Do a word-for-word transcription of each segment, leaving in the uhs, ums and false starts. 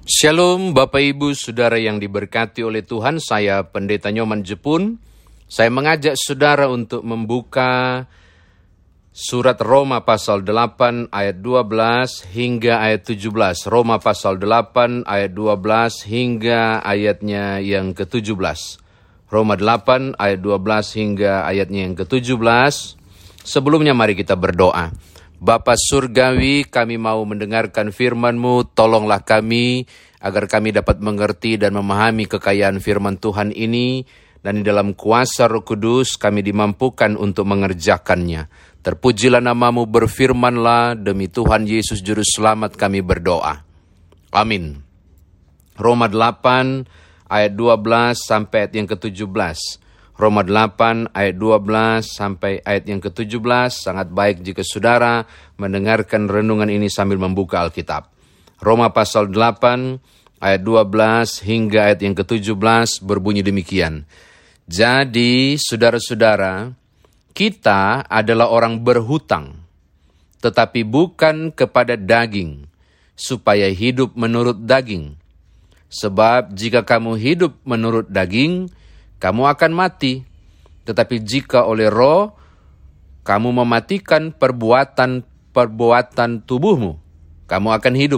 Shalom Bapak Ibu Saudara yang diberkati oleh Tuhan, saya Pendeta Nyoman Jepun. Saya mengajak saudara untuk membuka surat Roma pasal delapan ayat dua belas hingga ayat tujuh belas. Roma pasal delapan ayat dua belas hingga ayatnya yang ke tujuh belas. Roma delapan ayat dua belas hingga ayatnya yang ke tujuh belas. Sebelumnya mari kita berdoa. Bapa Surgawi, kami mau mendengarkan firman-Mu, tolonglah kami agar kami dapat mengerti dan memahami kekayaan firman Tuhan ini, dan di dalam kuasa Roh Kudus kami dimampukan untuk mengerjakannya. Terpujilah nama-Mu, berfirmanlah, demi Tuhan Yesus Juru Selamat kami berdoa. Amin. Roma delapan ayat dua belas sampai ayat yang ke tujuh belas. Roma delapan ayat dua belas sampai ayat yang ke tujuh belas. Sangat baik jika saudara mendengarkan renungan ini sambil membuka Alkitab. Roma pasal delapan ayat dua belas hingga ayat yang ke tujuh belas berbunyi demikian. Jadi saudara-saudara, kita adalah orang berhutang, tetapi bukan kepada daging, supaya hidup menurut daging. Sebab jika kamu hidup menurut daging, kamu akan mati. Tetapi jika oleh Roh kamu mematikan perbuatan-perbuatan tubuhmu, kamu akan hidup.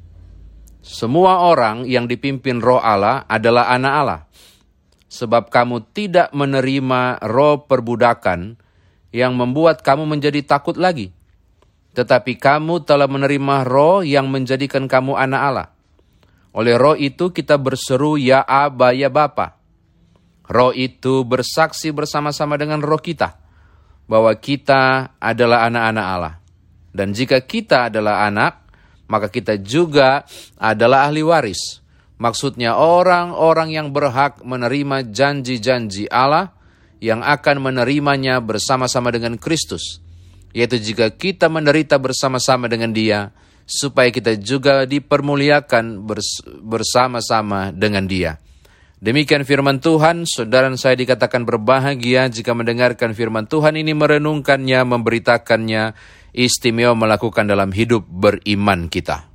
Semua orang yang dipimpin Roh Allah adalah anak Allah. Sebab kamu tidak menerima roh perbudakan yang membuat kamu menjadi takut lagi. Tetapi kamu telah menerima Roh yang menjadikan kamu anak Allah. Oleh Roh itu kita berseru, ya Aba, ya Bapa. Roh itu bersaksi bersama-sama dengan roh kita bahwa kita adalah anak-anak Allah. Dan jika kita adalah anak, maka kita juga adalah ahli waris. Maksudnya orang-orang yang berhak menerima janji-janji Allah yang akan menerimanya bersama-sama dengan Kristus. Yaitu jika kita menderita bersama-sama dengan Dia, supaya kita juga dipermuliakan bers- bersama-sama dengan Dia. Demikian firman Tuhan, saudara saya dikatakan berbahagia jika mendengarkan firman Tuhan ini, merenungkannya, memberitakannya, istimewa melakukan dalam hidup beriman kita.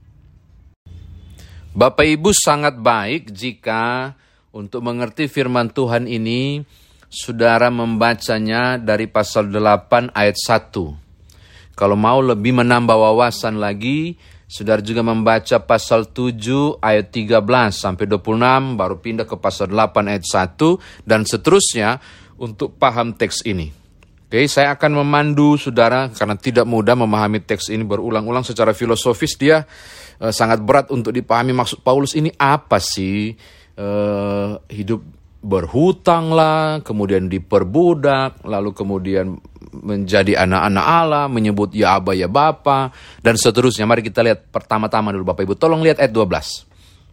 Bapak Ibu, sangat baik jika untuk mengerti firman Tuhan ini, saudara membacanya dari pasal delapan ayat satu. Kalau mau lebih menambah wawasan lagi, saudara juga membaca pasal tujuh ayat tiga belas sampai dua puluh enam, baru pindah ke pasal delapan ayat satu, dan seterusnya untuk paham teks ini. Oke, saya akan memandu saudara, karena tidak mudah memahami teks ini berulang-ulang secara filosofis. Dia eh, sangat berat untuk dipahami maksud Paulus ini apa sih. Eh, hidup berhutang lah, kemudian diperbudak, lalu kemudian menjadi anak-anak Allah, menyebut ya Aba ya Bapa, dan seterusnya. Mari kita lihat pertama-tama dulu Bapak Ibu. Tolong lihat ayat dua belas.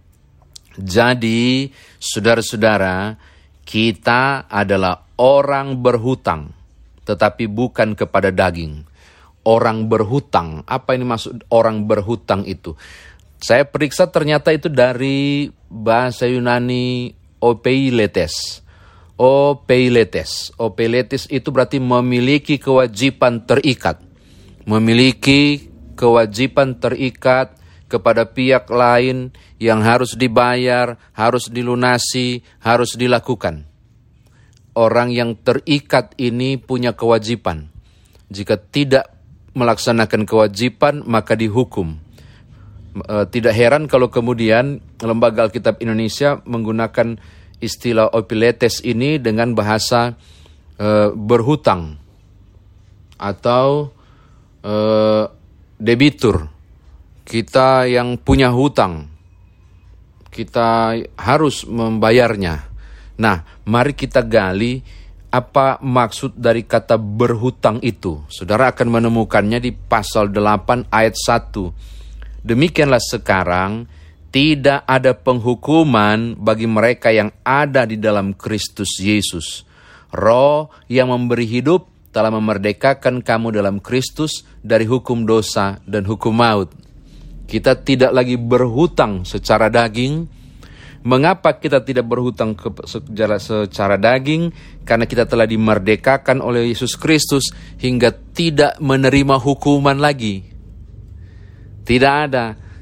Jadi, saudara-saudara, kita adalah orang berhutang, tetapi bukan kepada daging. Orang berhutang, apa ini maksud orang berhutang itu? Saya periksa ternyata itu dari bahasa Yunani opeiletes. Opeiletes. Opeiletes itu berarti memiliki kewajiban terikat. Memiliki kewajiban terikat kepada pihak lain yang harus dibayar, harus dilunasi, harus dilakukan. Orang yang terikat ini punya kewajiban. Jika tidak melaksanakan kewajiban, maka dihukum. Tidak heran kalau kemudian Lembaga Alkitab Indonesia menggunakan istilah opeiletes ini dengan bahasa e, berhutang atau e, debitur. Kita yang punya hutang, kita harus membayarnya. Nah, mari kita gali apa maksud dari kata berhutang itu. Saudara akan menemukannya di pasal delapan ayat satu. Demikianlah sekarang tidak ada penghukuman bagi mereka yang ada di dalam Kristus Yesus. Roh yang memberi hidup telah memerdekakan kamu dalam Kristus dari hukum dosa dan hukum maut. Kita tidak lagi berhutang secara daging. Mengapa kita tidak berhutang secara, secara daging? Karena kita telah dimerdekakan oleh Yesus Kristus hingga tidak menerima hukuman lagi. Tidak ada.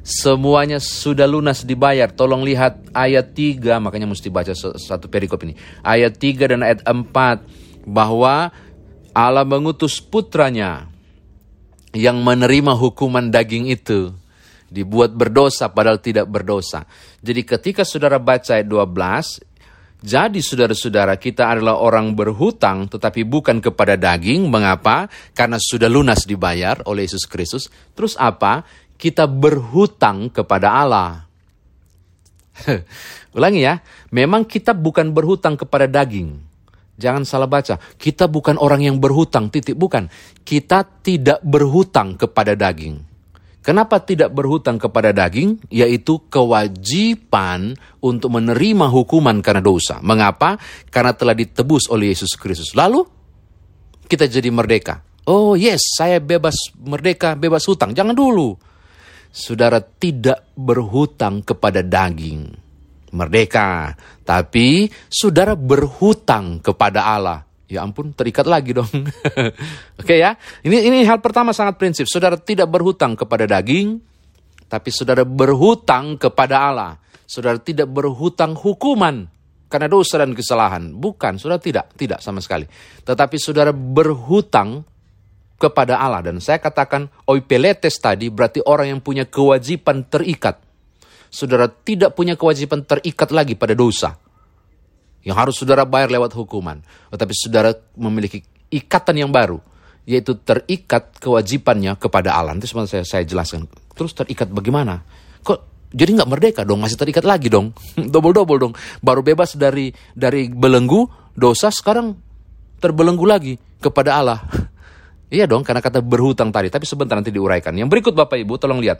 Semuanya sudah lunas dibayar. Tolong lihat ayat tiga, makanya mesti baca satu perikop ini. Ayat tiga dan ayat empat, bahwa Allah mengutus putranya yang menerima hukuman daging itu, dibuat berdosa padahal tidak berdosa. Jadi ketika saudara baca ayat dua belas, jadi saudara-saudara, kita adalah orang berhutang tetapi bukan kepada daging. Mengapa? Karena sudah lunas dibayar oleh Yesus Kristus. Terus apa? Kita berhutang kepada Allah. Ulangi ya, memang kita bukan berhutang kepada daging. Jangan salah baca, kita bukan orang yang berhutang, titik, bukan. Kita tidak berhutang kepada daging. Kenapa tidak berhutang kepada daging? Yaitu kewajiban untuk menerima hukuman karena dosa. Mengapa? Karena telah ditebus oleh Yesus Kristus. Lalu, kita jadi merdeka. Oh yes, saya bebas merdeka, bebas hutang. Jangan dulu. Saudara tidak berhutang kepada daging, merdeka. Tapi saudara berhutang kepada Allah. Ya ampun, terikat lagi dong. Oke ya, ini ini hal pertama sangat prinsip. Saudara tidak berhutang kepada daging, tapi saudara berhutang kepada Allah. Saudara tidak berhutang hukuman karena dosa dan kesalahan. Bukan, saudara tidak, tidak sama sekali. Tetapi saudara berhutang kepada Allah. Dan saya katakan oipeletes tadi berarti orang yang punya kewajiban terikat. Saudara tidak punya kewajiban terikat lagi pada dosa yang harus saudara bayar lewat hukuman. Tetapi saudara memiliki ikatan yang baru, yaitu terikat kewajibannya kepada Allah. Nanti semua saya, saya jelaskan. Terus terikat bagaimana? Kok jadi nggak merdeka dong? Masih terikat lagi dong? Double-double dong. Baru bebas dari dari belenggu dosa, sekarang terbelenggu lagi kepada Allah. Iya dong, karena kata berhutang tadi. Tapi sebentar nanti diuraikan. Yang berikut Bapak Ibu, tolong lihat.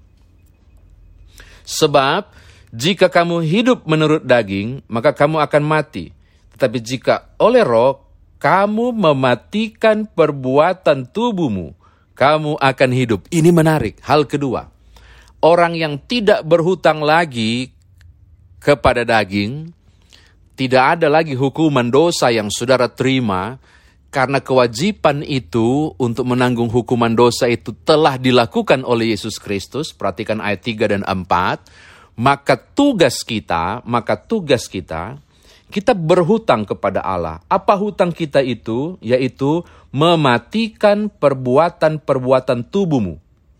Sebab jika kamu hidup menurut daging, maka kamu akan mati. Tetapi jika oleh roh, kamu mematikan perbuatan tubuhmu, kamu akan hidup. Ini menarik. Hal kedua, orang yang tidak berhutang lagi kepada daging, tidak ada lagi hukuman dosa yang saudara terima, karena kewajiban itu untuk menanggung hukuman dosa itu telah dilakukan oleh Yesus Kristus. Perhatikan ayat tiga dan empat. Maka tugas kita, maka tugas kita, kita berhutang kepada Allah. Apa hutang kita itu? Yaitu mematikan perbuatan-perbuatan tubuhmu.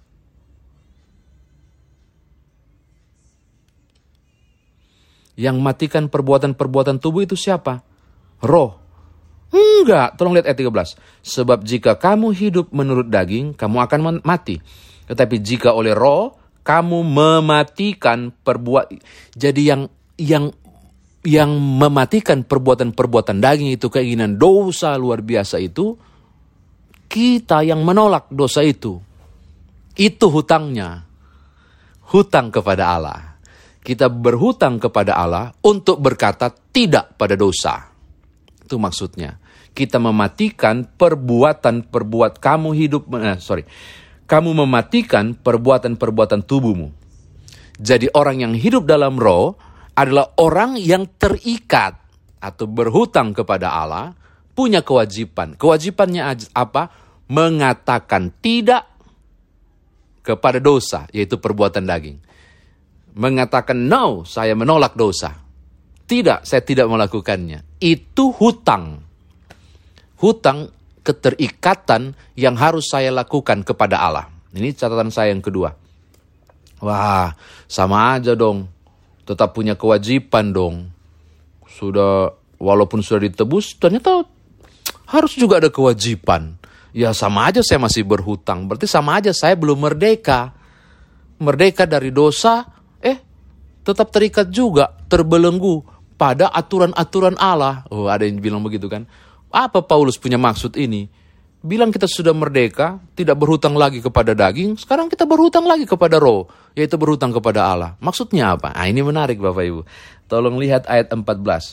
Yang matikan perbuatan-perbuatan tubuh itu siapa? Roh. Enggak, tolong lihat ayat tiga belas. Sebab jika kamu hidup menurut daging, kamu akan mati. Tetapi jika oleh roh, kamu mematikan perbuatan. Jadi yang yang yang mematikan perbuatan-perbuatan daging itu, keinginan dosa luar biasa itu, kita yang menolak dosa itu. Itu hutangnya. Hutang kepada Allah. Kita berhutang kepada Allah untuk berkata tidak pada dosa. Itu maksudnya. Kita mematikan perbuatan-perbuatan kamu hidup, eh, sorry, kamu mematikan perbuatan-perbuatan tubuhmu. Jadi orang yang hidup dalam roh adalah orang yang terikat atau berhutang kepada Allah, punya kewajiban. Kewajibannya apa? Mengatakan tidak kepada dosa, yaitu perbuatan daging. Mengatakan no, saya menolak dosa. Tidak, saya tidak melakukannya. Itu hutang. Hutang keterikatan yang harus saya lakukan kepada Allah. Ini catatan saya yang kedua. Wah, sama aja dong. Tetap punya kewajiban dong. Sudah, walaupun sudah ditebus, ternyata harus juga ada kewajiban. Ya sama aja saya masih berhutang. Berarti sama aja saya belum merdeka. Merdeka dari dosa, eh tetap terikat juga, terbelenggu pada aturan-aturan Allah. Oh, ada yang bilang begitu kan. Apa Paulus punya maksud ini? Bilang kita sudah merdeka, tidak berhutang lagi kepada daging, sekarang kita berhutang lagi kepada roh, yaitu berhutang kepada Allah. Maksudnya apa? Nah, ini menarik Bapak Ibu. Tolong lihat ayat empat belas.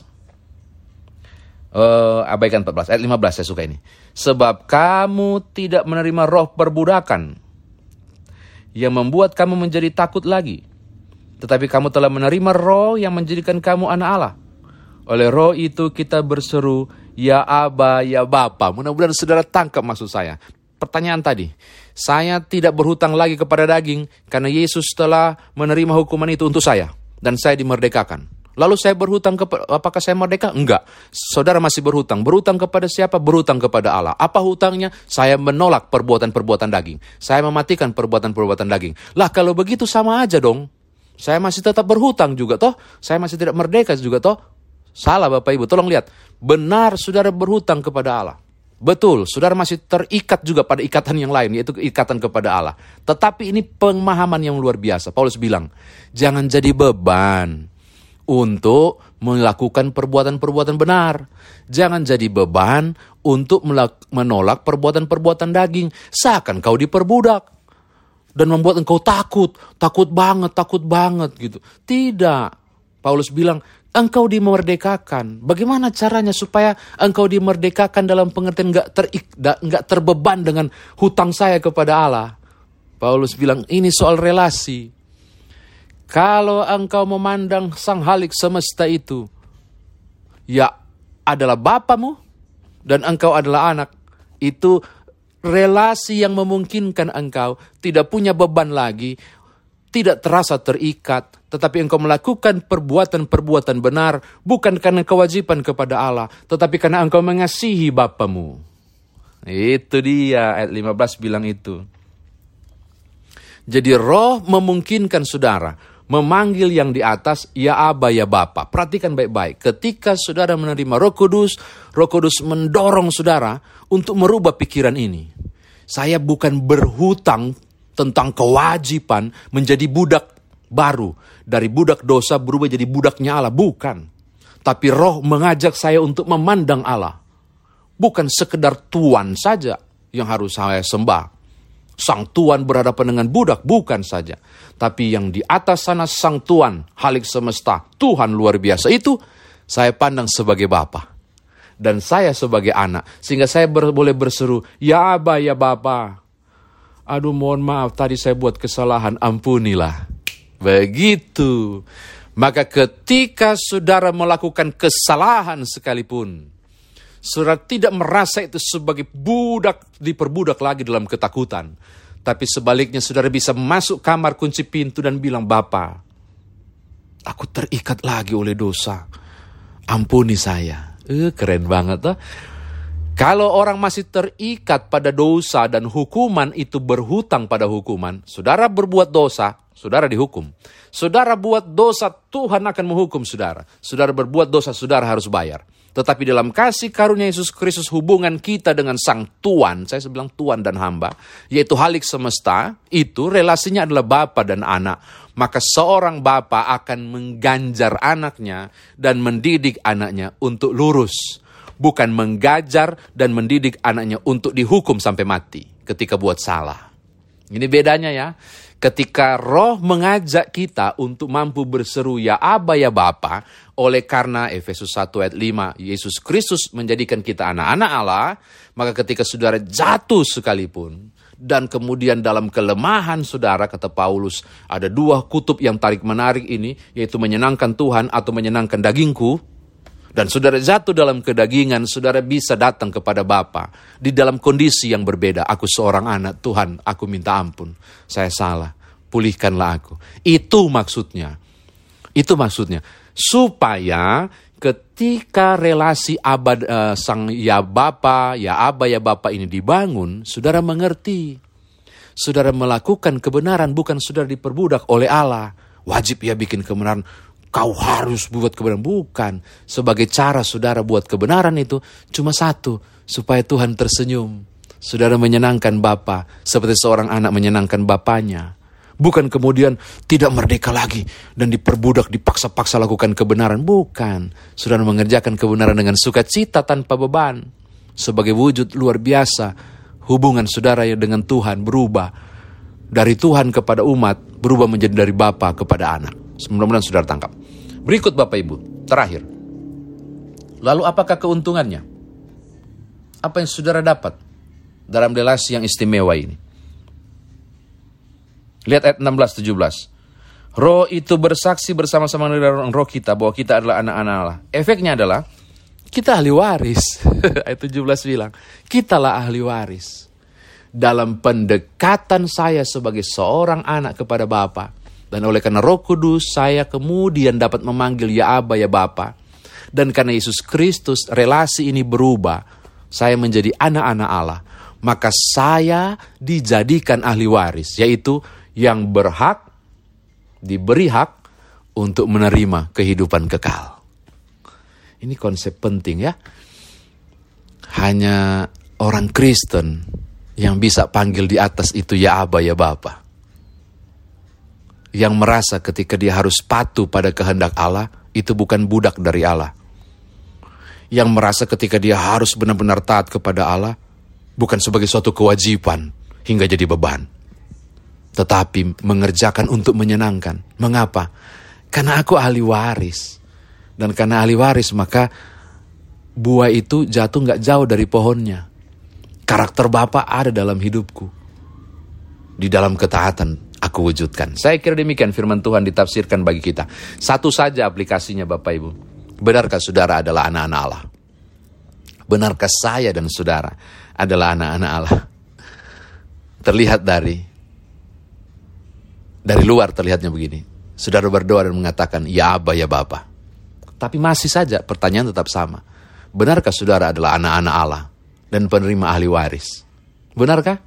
Uh, abaikan empat belas, ayat lima belas saya suka ini. Sebab kamu tidak menerima roh perbudakan yang membuat kamu menjadi takut lagi. Tetapi kamu telah menerima roh yang menjadikan kamu anak Allah. Oleh roh itu kita berseru, ya Aba, ya Bapa. Mudah-mudahan saudara tangkap maksud saya. Pertanyaan tadi, Saya tidak berhutang lagi kepada daging karena Yesus telah menerima hukuman itu untuk saya dan saya dimerdekakan. Lalu saya berhutang kepada, apakah saya merdeka? Enggak. Saudara masih berhutang. Berhutang kepada siapa? Berhutang kepada Allah. Apa hutangnya? Saya menolak perbuatan-perbuatan daging. Saya mematikan perbuatan-perbuatan daging. Lah kalau begitu sama aja dong. Saya masih tetap berhutang juga toh. Saya masih tidak merdeka juga toh. Salah Bapak Ibu, tolong lihat. Benar saudara berhutang kepada Allah. Betul, saudara masih terikat juga pada ikatan yang lain, yaitu ikatan kepada Allah. Tetapi ini pemahaman yang luar biasa. Paulus bilang, jangan jadi beban untuk melakukan perbuatan-perbuatan benar. Jangan jadi beban untuk menolak perbuatan-perbuatan daging. Seakan kau diperbudak. Dan membuat engkau takut. Takut banget, takut banget gitu. Tidak. Paulus bilang, engkau dimerdekakan. Bagaimana caranya supaya engkau dimerdekakan dalam pengertian enggak terik, enggak terbeban dengan hutang saya kepada Allah? Paulus bilang, ini soal relasi. Kalau engkau memandang sang Halik semesta itu, ya adalah bapamu dan engkau adalah anak. Itu relasi yang memungkinkan engkau tidak punya beban lagi, tidak terasa terikat, tetapi engkau melakukan perbuatan-perbuatan benar, bukan karena kewajiban kepada Allah, tetapi karena engkau mengasihi bapamu. Itu dia, ayat lima belas bilang itu. Jadi roh memungkinkan saudara memanggil yang di atas, ya Aba, ya Bapa. Perhatikan baik-baik. Ketika saudara menerima Roh Kudus, Roh Kudus mendorong saudara untuk merubah pikiran ini. Saya bukan berhutang tentang kewajiban menjadi budak baru. Dari budak dosa berubah jadi budaknya Allah. Bukan. Tapi roh mengajak saya untuk memandang Allah. Bukan sekedar Tuhan saja yang harus saya sembah. Sang Tuhan berhadapan dengan budak, bukan saja. Tapi yang di atas sana sang Tuhan, Halik semesta, Tuhan luar biasa itu, saya pandang sebagai Bapa. Dan saya sebagai anak. Sehingga saya ber, boleh berseru, ya Aba, ya Bapa. Aduh mohon maaf, tadi saya buat kesalahan, ampunilah. Begitu. Maka ketika saudara melakukan kesalahan sekalipun, saudara tidak merasa itu sebagai budak, diperbudak lagi dalam ketakutan. Tapi sebaliknya saudara bisa masuk kamar, kunci pintu dan bilang, Bapa, aku terikat lagi oleh dosa. Ampuni saya. Eh, keren banget tuh. Kalau orang masih terikat pada dosa dan hukuman itu berhutang pada hukuman, saudara berbuat dosa, saudara dihukum. Saudara buat dosa, Tuhan akan menghukum saudara. Saudara berbuat dosa, saudara harus bayar. Tetapi dalam kasih karunia Yesus Kristus, hubungan kita dengan Sang Tuhan, saya bilang Tuhan dan hamba, yaitu Halik semesta, itu relasinya adalah Bapa dan anak. Maka seorang bapa akan mengganjar anaknya dan mendidik anaknya untuk lurus. Bukan menggajar dan mendidik anaknya untuk dihukum sampai mati ketika buat salah. Ini bedanya ya. Ketika roh mengajak kita untuk mampu berseru ya Aba ya Bapa, oleh karena Efesus satu ayat lima, Yesus Kristus menjadikan kita anak-anak Allah, maka ketika saudara jatuh sekalipun, dan kemudian dalam kelemahan saudara, kata Paulus, ada dua kutub yang tarik-menarik ini, yaitu menyenangkan Tuhan atau menyenangkan dagingku, dan saudara jatuh dalam kedagingan, saudara bisa datang kepada Bapa di dalam kondisi yang berbeda. Aku seorang anak, Tuhan, aku minta ampun. Saya salah, pulihkanlah aku. Itu maksudnya. Itu maksudnya. Supaya ketika relasi abad, uh, sang ya Bapa, ya Aba, ya Bapa ini dibangun, saudara mengerti. Saudara melakukan kebenaran, bukan saudara diperbudak oleh Allah. Wajib ya bikin kebenaran. Kau harus buat kebenaran. Bukan. Sebagai cara saudara buat kebenaran itu cuma satu. Supaya Tuhan tersenyum. Saudara menyenangkan Bapa. Seperti seorang anak menyenangkan bapanya. Bukan kemudian tidak merdeka lagi. Dan diperbudak, dipaksa-paksa lakukan kebenaran. Bukan. Saudara mengerjakan kebenaran dengan sukacita tanpa beban. Sebagai wujud luar biasa. Hubungan saudara dengan Tuhan berubah. Dari Tuhan kepada umat. Berubah menjadi dari Bapa kepada anak. Mudah-mudahan saudara tangkap. Berikut Bapak Ibu, terakhir. Lalu apakah keuntungannya? Apa yang saudara dapat dalam relasi yang istimewa ini? Lihat ayat enam belas tujuh belas. Roh itu bersaksi bersama-sama dengan roh kita bahwa kita adalah anak-anak Allah. Efeknya adalah kita ahli waris. Ayat tujuh belas bilang, kitalah ahli waris. dalam pendekatan saya sebagai seorang anak kepada Bapa. Dan oleh karena Roh Kudus, saya kemudian dapat memanggil ya Aba, ya Bapa. Dan karena Yesus Kristus, relasi ini berubah. Saya menjadi anak-anak Allah. Maka saya dijadikan ahli waris, yaitu yang berhak, diberi hak untuk menerima kehidupan kekal. Ini konsep penting ya. Hanya orang Kristen yang bisa panggil di atas itu ya Aba, ya Bapa. Yang merasa ketika dia harus patuh pada kehendak Allah, itu bukan budak dari Allah. Yang merasa ketika dia harus benar-benar taat kepada Allah, bukan sebagai suatu kewajiban hingga jadi beban. Tetapi mengerjakan untuk menyenangkan. Mengapa? Karena aku ahli waris. Dan karena ahli waris, maka buah itu jatuh gak jauh dari pohonnya. Karakter Bapa ada dalam hidupku. Di dalam ketaatan aku wujudkan. Saya kira demikian firman Tuhan ditafsirkan bagi kita. Satu saja aplikasinya Bapak Ibu. Benarkah saudara adalah anak-anak Allah? Benarkah saya dan saudara adalah anak-anak Allah? Terlihat dari dari luar terlihatnya begini. Saudara berdoa dan mengatakan ya Aba, ya Bapa. Tapi masih saja pertanyaan tetap sama. Benarkah saudara adalah anak-anak Allah dan penerima ahli waris? Benarkah?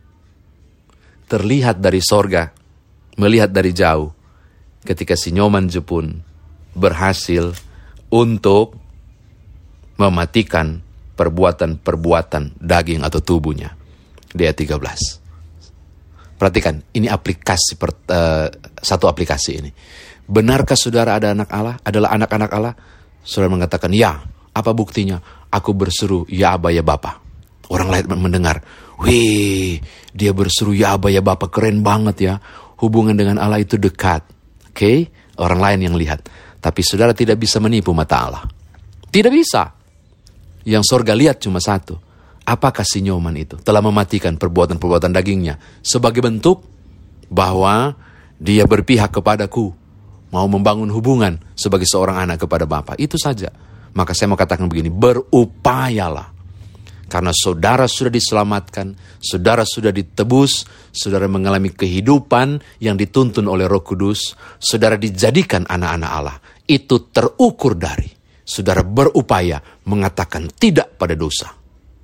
Terlihat dari sorga, melihat dari jauh, ketika si Nyoman Jepun berhasil untuk mematikan perbuatan-perbuatan daging atau tubuhnya. Di ayat tiga belas. Perhatikan, ini aplikasi per, uh, satu aplikasi ini. Benarkah saudara ada anak Allah, adalah anak-anak Allah? Saudara mengatakan, ya. Apa buktinya? Aku berseru, ya Aba, ya Bapa. Orang lain mendengar, wih, dia berseru ya Aba, ya Bapa, keren banget ya. Hubungan dengan Allah itu dekat. Oke, okay? Orang lain yang lihat. Tapi saudara tidak bisa menipu mata Allah. Tidak bisa. Yang sorga lihat cuma satu. Apakah si Nyoman itu telah mematikan perbuatan-perbuatan dagingnya sebagai bentuk bahwa dia berpihak kepadaku, mau membangun hubungan sebagai seorang anak kepada Bapa. Itu saja. Maka saya mau katakan begini, berupayalah. Karena saudara sudah diselamatkan, saudara sudah ditebus, saudara mengalami kehidupan yang dituntun oleh Roh Kudus, saudara dijadikan anak-anak Allah. Itu terukur dari saudara berupaya mengatakan tidak pada dosa.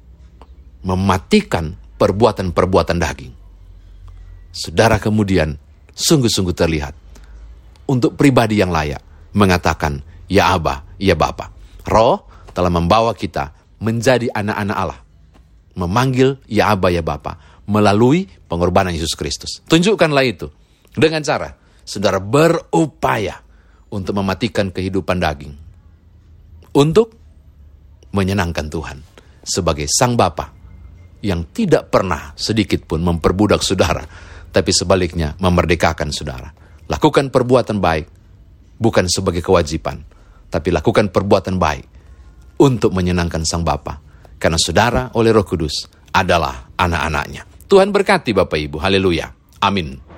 Mematikan perbuatan-perbuatan daging. Saudara kemudian sungguh-sungguh terlihat untuk pribadi yang layak mengatakan ya Aba, ya Bapa. Roh telah membawa kita menjadi anak-anak Allah. Memanggil ya Aba, ya Bapa melalui pengorbanan Yesus Kristus. Tunjukkanlah itu dengan cara saudara berupaya untuk mematikan kehidupan daging. Untuk menyenangkan Tuhan sebagai Sang Bapa yang tidak pernah sedikit pun memperbudak saudara, tapi sebaliknya memerdekakan saudara. Lakukan perbuatan baik bukan sebagai kewajiban, tapi lakukan perbuatan baik untuk menyenangkan Sang Bapa. Karena saudara oleh Roh Kudus adalah anak-anaknya. Tuhan berkati Bapak Ibu. Haleluya. Amin.